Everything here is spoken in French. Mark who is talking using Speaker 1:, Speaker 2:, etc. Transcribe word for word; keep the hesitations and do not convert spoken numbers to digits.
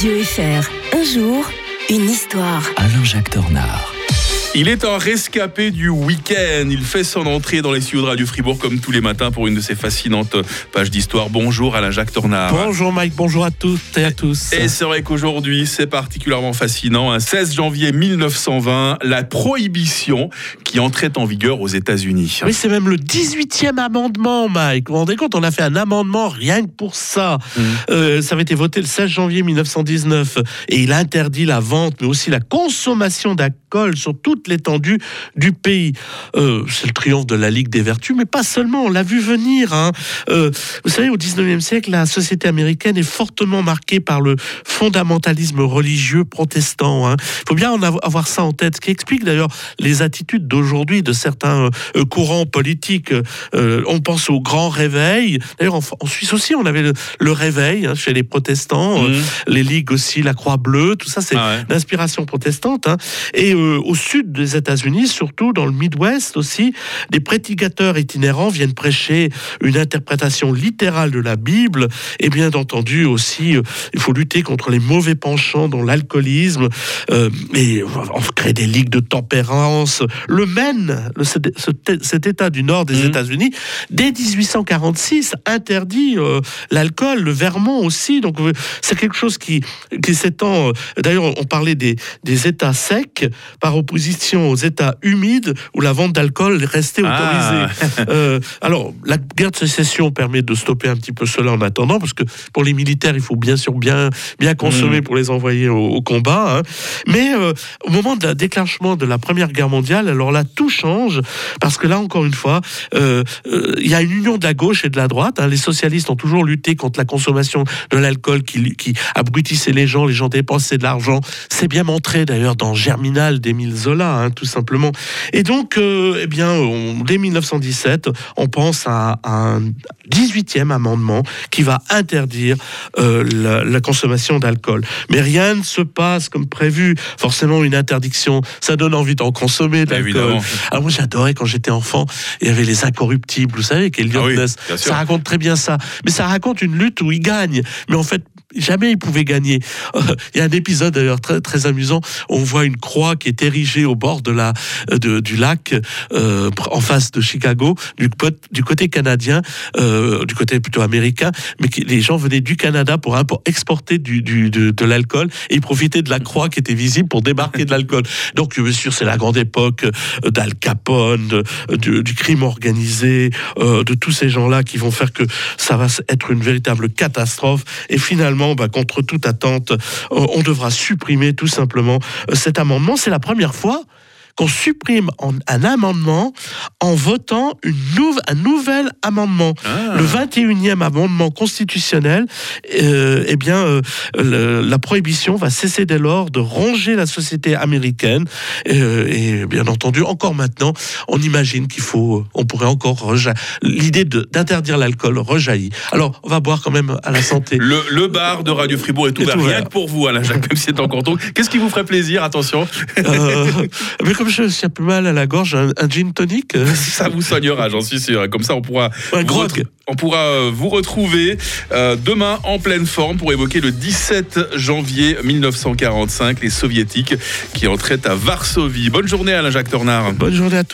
Speaker 1: Radio F R, un jour, une histoire.
Speaker 2: Alain-Jacques Tornard.
Speaker 3: Il est un rescapé du week-end. Il fait son entrée dans les studios de Radio Fribourg comme tous les matins pour une de ses fascinantes pages d'histoire. Bonjour Alain-Jacques Tornard.
Speaker 4: Bonjour Mike, bonjour à toutes et à tous.
Speaker 3: Et c'est vrai qu'aujourd'hui, c'est particulièrement fascinant. seize janvier mille neuf cent vingt, la prohibition qui entrait en vigueur aux États-Unis.
Speaker 4: Oui, c'est même le dix-huitième amendement, Mike. Vous vous rendez compte, on a fait un amendement rien que pour ça. Mmh. Euh, ça avait été voté le seize janvier mille neuf cent dix-neuf et il interdit la vente, mais aussi la consommation d'alcool sur toute l'étendue du pays. Euh, c'est le triomphe de la Ligue des Vertus, mais pas seulement, on l'a vu venir. Hein. Euh, vous savez, au dix-neuvième siècle, la société américaine est fortement marquée par le fondamentalisme religieux protestant. Il hein. faut bien en avoir ça en tête, ce qui explique d'ailleurs les attitudes d'aujourd'hui de certains euh, courants politiques. Euh, on pense au grand réveil. D'ailleurs, en, en Suisse aussi, on avait le, le réveil hein, chez les protestants, mmh. euh, les ligues aussi, la Croix-Bleue, tout ça, c'est ah ouais. l'inspiration protestante. Hein. Et euh, au sud des États-Unis, surtout dans le Midwest aussi, des prédicateurs itinérants viennent prêcher une interprétation littérale de la Bible. Et bien entendu aussi, euh, il faut lutter contre les mauvais penchants dont l'alcoolisme. Euh, et on crée des ligues de tempérance. Le Maine, le, ce, cet État du nord des mmh. États-Unis, dès dix-huit cent quarante-six, interdit euh, l'alcool. Le Vermont aussi. Donc euh, c'est quelque chose qui, qui s'étend. Euh, d'ailleurs, on parlait des, des États secs par opposition aux États humides où la vente d'alcool restait autorisée. Ah. Euh, alors, la guerre de sécession permet de stopper un petit peu cela en attendant, parce que pour les militaires, il faut bien sûr bien, bien consommer mmh. pour les envoyer au, au combat. Hein. Mais euh, au moment de la déclenchement de la Première Guerre mondiale, alors là, tout change, parce que là, encore une fois, il euh, euh, y a une union de la gauche et de la droite. Hein. Les socialistes ont toujours lutté contre la consommation de l'alcool qui, qui abrutissait les gens, les gens dépensaient de l'argent. C'est bien montré d'ailleurs dans Germinal d'Émile Zola, hein, tout simplement. Et donc, euh, eh bien, on, dès mille neuf cent dix-sept, on pense à, à un dix-huitième amendement qui va interdire euh, la, la consommation d'alcool. Mais rien ne se passe comme prévu. Forcément, une interdiction, ça donne envie d'en consommer de l'alcool. Évidemment. Alors moi, j'adorais quand j'étais enfant, il y avait les Incorruptibles, vous savez, qu'Eliot ah Ness. Oui, ça raconte très bien ça. Mais ça raconte une lutte où il gagne. Mais en fait, jamais il pouvait gagner. Euh, il y a un épisode d'ailleurs très, très amusant. On voit une croix qui est érigée au bord de la, de, du lac, euh, en face de Chicago, du, du côté canadien, euh, du côté plutôt américain, mais qui, les gens venaient du Canada pour import, exporter du, du, de, de l'alcool et ils profitaient de la croix qui était visible pour débarquer de l'alcool. Donc bien sûr, c'est la grande époque d'Al Capone, de, de, du crime organisé, euh, de tous ces gens-là qui vont faire que ça va être une véritable catastrophe. Et finalement, bah, contre toute attente, euh, on devra supprimer tout simplement euh, cet amendement. C'est la première fois qu'on supprime en, un amendement en votant une nouve, un nouvel amendement. Ah. Le vingt et unième amendement constitutionnel, euh, eh bien, euh, le, la prohibition va cesser dès lors de ronger la société américaine. Euh, et bien entendu, encore maintenant, on imagine qu'il faut, on pourrait encore reja- l'idée de, d'interdire l'alcool rejaillit. Alors, on va boire quand même à la santé.
Speaker 3: Le, le bar de Radio Fribourg est ouvert, rien que pour vous, Alain-Jacques, même si c'est encore tôt. Qu'est-ce qui vous ferait plaisir, attention
Speaker 4: euh, mais comme je suis un peu mal à la gorge, un, un gin tonic. Euh...
Speaker 3: Ça vous soignera, j'en suis sûr. Comme ça, on pourra,
Speaker 4: un
Speaker 3: vous, retr- on pourra vous retrouver euh, demain en pleine forme pour évoquer le dix-sept janvier mille neuf cent quarante-cinq, les Soviétiques qui entraient à Varsovie. Bonne journée, Alain-Jacques Tornard.
Speaker 4: Bonne journée à tous.